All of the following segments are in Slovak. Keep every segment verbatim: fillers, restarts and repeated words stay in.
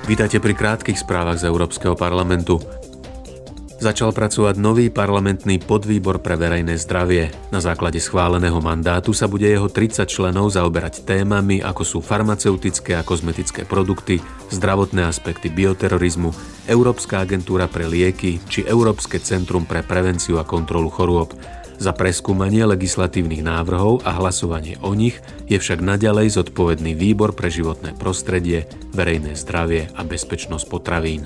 Vítajte pri krátkych správach z Európskeho parlamentu. Začal pracovať nový parlamentný podvýbor pre verejné zdravie. Na základe schváleného mandátu sa bude jeho tridsať členov zaoberať témami, ako sú farmaceutické a kozmetické produkty, zdravotné aspekty bioterorizmu, Európska agentúra pre lieky či Európske centrum pre prevenciu a kontrolu chorôb. Za preskúmanie legislatívnych návrhov a hlasovanie o nich je však naďalej zodpovedný výbor pre životné prostredie, verejné zdravie a bezpečnosť potravín.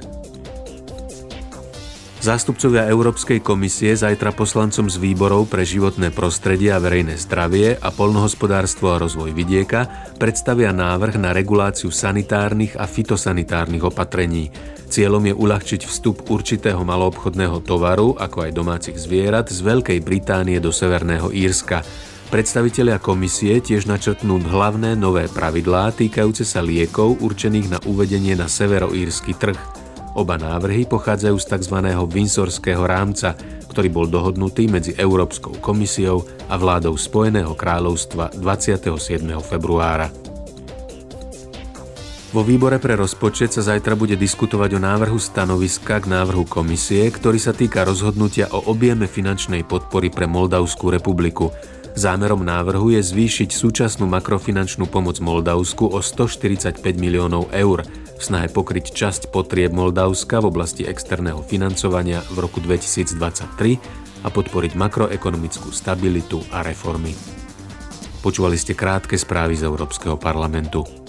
Zástupcovia Európskej komisie zajtra poslancom z výborov pre životné prostredie a verejné zdravie a poľnohospodárstvo a rozvoj vidieka predstavia návrh na reguláciu sanitárnych a fitosanitárnych opatrení. Cieľom je uľahčiť vstup určitého maloobchodného tovaru, ako aj domácich zvierat, z Veľkej Británie do Severného Írska. Predstavitelia komisie tiež načrtnú hlavné nové pravidlá týkajúce sa liekov určených na uvedenie na severoírsky trh. Oba návrhy pochádzajú z tzv. Windsorského rámca, ktorý bol dohodnutý medzi Európskou komisiou a vládou Spojeného kráľovstva dvadsiateho siedmeho februára. Vo výbore pre rozpočet sa zajtra bude diskutovať o návrhu stanoviska k návrhu komisie, ktorý sa týka rozhodnutia o objeme finančnej podpory pre Moldavskú republiku. Zámerom návrhu je zvýšiť súčasnú makrofinančnú pomoc Moldavsku o stoštyridsaťpäť miliónov eur v snahe pokryť časť potrieb Moldavska v oblasti externého financovania v roku dvetisícdvadsaťtri a podporiť makroekonomickú stabilitu a reformy. Počúvali ste krátke správy z Európskeho parlamentu.